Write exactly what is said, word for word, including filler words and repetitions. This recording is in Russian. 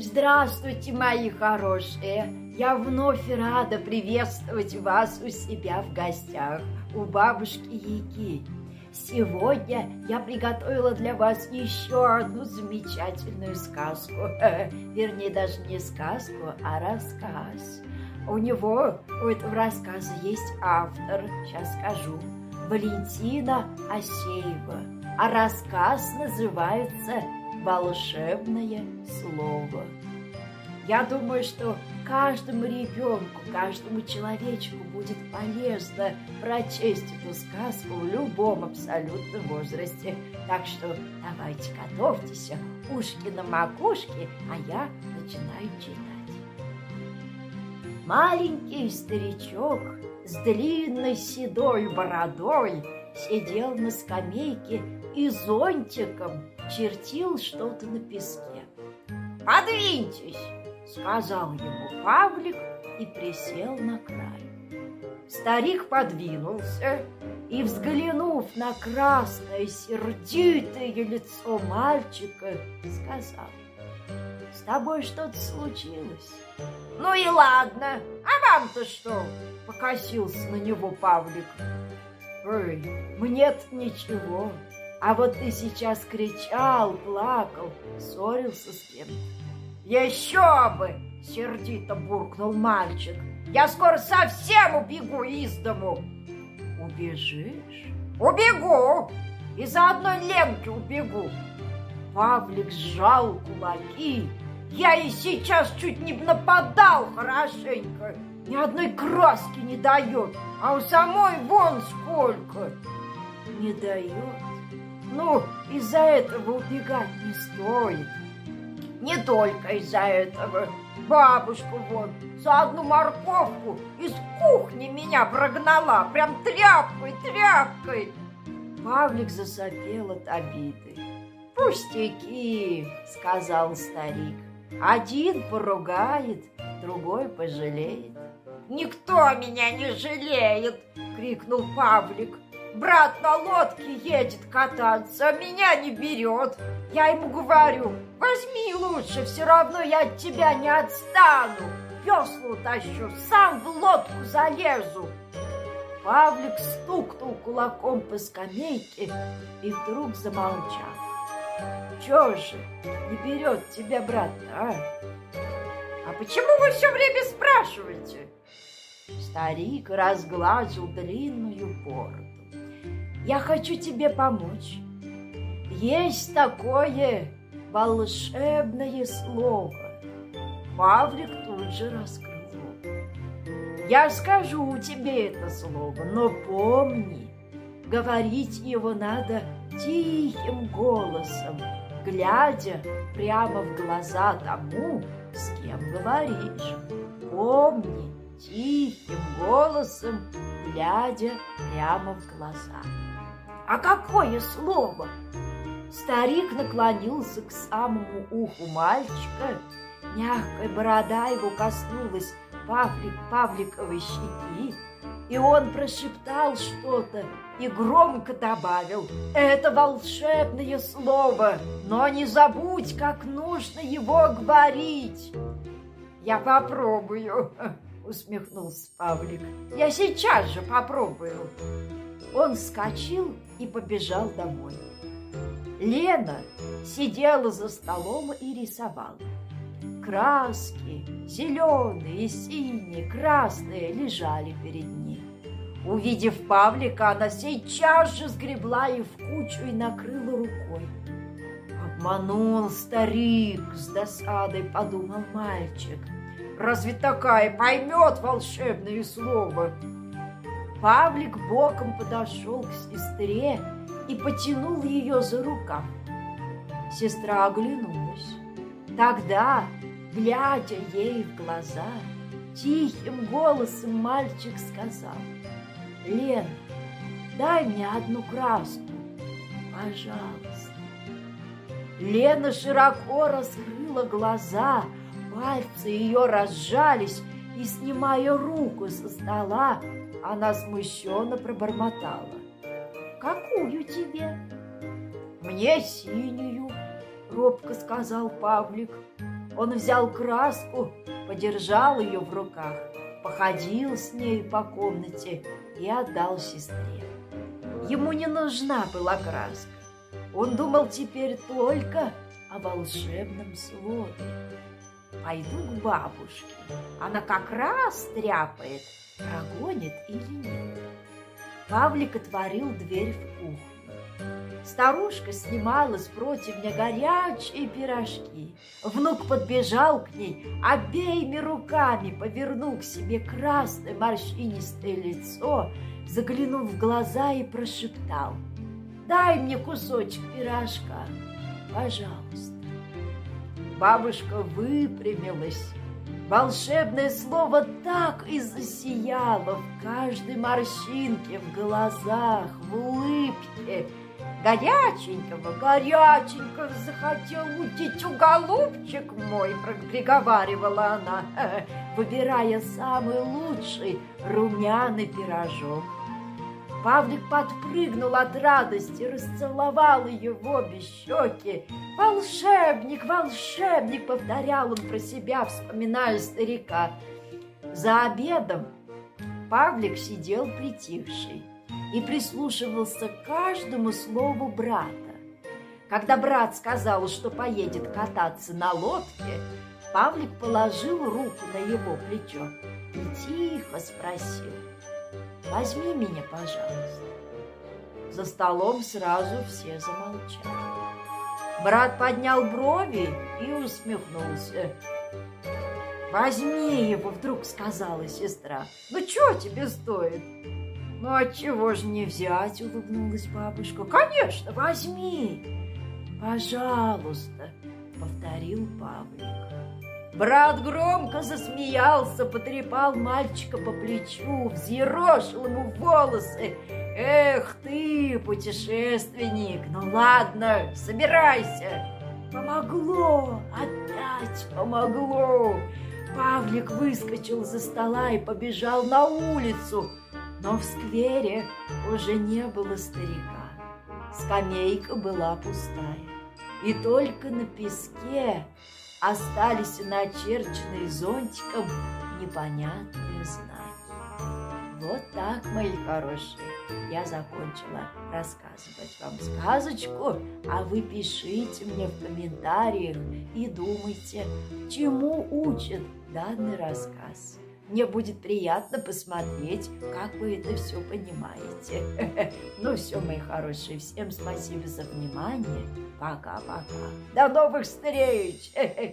Здравствуйте, мои хорошие! Я вновь рада приветствовать вас у себя в гостях, у бабушки Яги. Сегодня я приготовила для вас еще одну замечательную сказку. Вернее, даже не сказку, а рассказ. У него, у этого рассказа есть автор, сейчас скажу, Валентина Асеева. А рассказ называется «Волшебное слово». Я думаю, что каждому ребенку, каждому человечку будет полезно прочесть эту сказку в любом абсолютном возрасте. Так что давайте готовьтесь, ушки на макушке, а я начинаю читать. Маленький старичок с длинной седой бородой сидел на скамейке и зонтиком чертил что-то на песке. «Подвиньтесь!» — сказал ему Павлик и присел на край. Старик подвинулся и, взглянув на красное сердитое лицо мальчика, сказал: «С тобой что-то случилось?» «Ну и ладно, а вам-то что?» — покосился на него Павлик. «Ой, мне-то ничего, а вот ты сейчас кричал, плакал, ссорился с кем-то». «Еще бы!» — сердито буркнул мальчик. «Я скоро совсем убегу из дому». «Убежишь?» «Убегу! И за одной Ленки убегу». Павлик сжал кулаки. «Я и сейчас чуть не нападал хорошенько. Ни одной краски не дает, а у самой вон сколько». «Не дает? Ну, из-за этого убегать не стоит». «Не только из-за этого. Бабушка вон за одну морковку из кухни меня прогнала, прям тряпкой, тряпкой». Павлик засопел от обиды. «Пустяки», — сказал старик. «Один поругает, другой пожалеет». «Никто меня не жалеет!» — крикнул Павлик. «Брат на лодке едет кататься, а меня не берет. Я ему говорю: возьми лучше, все равно я от тебя не отстану. Весла утащу, сам в лодку залезу». Павлик стукнул кулаком по скамейке и вдруг замолчал. «Чего же не берет тебя брат-то, а?» «А почему вы все время спрашиваете?» Старик разгладил длинную бороду. «Я хочу тебе помочь. Есть такое волшебное слово». Павлик тут же раскрыл рот. «Я скажу тебе это слово, но помни, говорить его надо тихим голосом, глядя прямо в глаза тому, с кем говоришь. Помни, тихим голосом, глядя прямо в глаза». «А какое слово?» Старик наклонился к самому уху мальчика. Мягкая борода его коснулась Павлик, Павликовой щеки, и он прошептал что-то и громко добавил: «Это волшебное слово, но не забудь, как нужно его говорить». «Я попробую», — усмехнулся Павлик. «Я сейчас же попробую». Он вскочил и побежал домой. Лена сидела за столом и рисовала. Краски зеленые, синие, красные лежали перед ней. Увидев Павлика, она сейчас же сгребла их в кучу и накрыла рукой. «Обманул старик», — с досадой подумал мальчик. «Разве такая поймет волшебное слово?» Павлик боком подошел к сестре и потянул ее за рукав. Сестра оглянулась. Тогда, глядя ей в глаза, тихим голосом мальчик сказал: «Лен, дай мне одну краску, пожалуйста». Лена широко раскрыла глаза, пальцы ее разжались, и, снимая руку со стола, она смущенно пробормотала: «Какую тебе?» «Мне синюю», — робко сказал Павлик. Он взял краску, подержал ее в руках, походил с ней по комнате и отдал сестре. Ему не нужна была краска. Он думал теперь только о волшебном слове. Пойду к бабушке, она как раз стряпает, прогонит или нет. Павлик отворил дверь в кухню. Старушка снимала с противня горячие пирожки. Внук подбежал к ней, обеими руками повернул к себе красное морщинистое лицо, заглянув в глаза и прошептал: «Дай мне кусочек пирожка, пожалуйста». Бабушка выпрямилась. Волшебное слово так и засияло в каждой морщинке, в глазах, в улыбке. «Горяченького, горяченького захотел утечу, голубчик мой!» — приговаривала она, выбирая самый лучший румяный пирожок. Павлик подпрыгнул от радости, расцеловал ее в обе щеки. «Волшебник, волшебник!» — повторял он про себя, вспоминая старика. За обедом Павлик сидел притихший и прислушивался к каждому слову брата. Когда брат сказал, что поедет кататься на лодке, Павлик положил руку на его плечо и тихо спросил: «Возьми меня, пожалуйста». За столом сразу все замолчали. Брат поднял брови и усмехнулся. «Возьми его», — вдруг сказала сестра. «Ну, что тебе стоит?» «Ну, отчего же не взять?» — улыбнулась бабушка. «Конечно, возьми!» «Пожалуйста», — повторил Павлик. Брат громко засмеялся, потрепал мальчика по плечу, взъерошил ему волосы. «Эх ты, путешественник, ну ладно, собирайся!» Помогло, опять помогло. Павлик выскочил за стола и побежал на улицу. Но в сквере уже не было старика. Скамейка была пустая. И только на песке остались начерченные зонтиком непонятные знаки. Вот так, мои хорошие, я закончила рассказывать вам сказочку, а вы пишите мне в комментариях и думайте, чему учит данный рассказ. Мне будет приятно посмотреть, как вы это все понимаете. Ну все, мои хорошие, всем спасибо за внимание. Пока-пока. До новых встреч!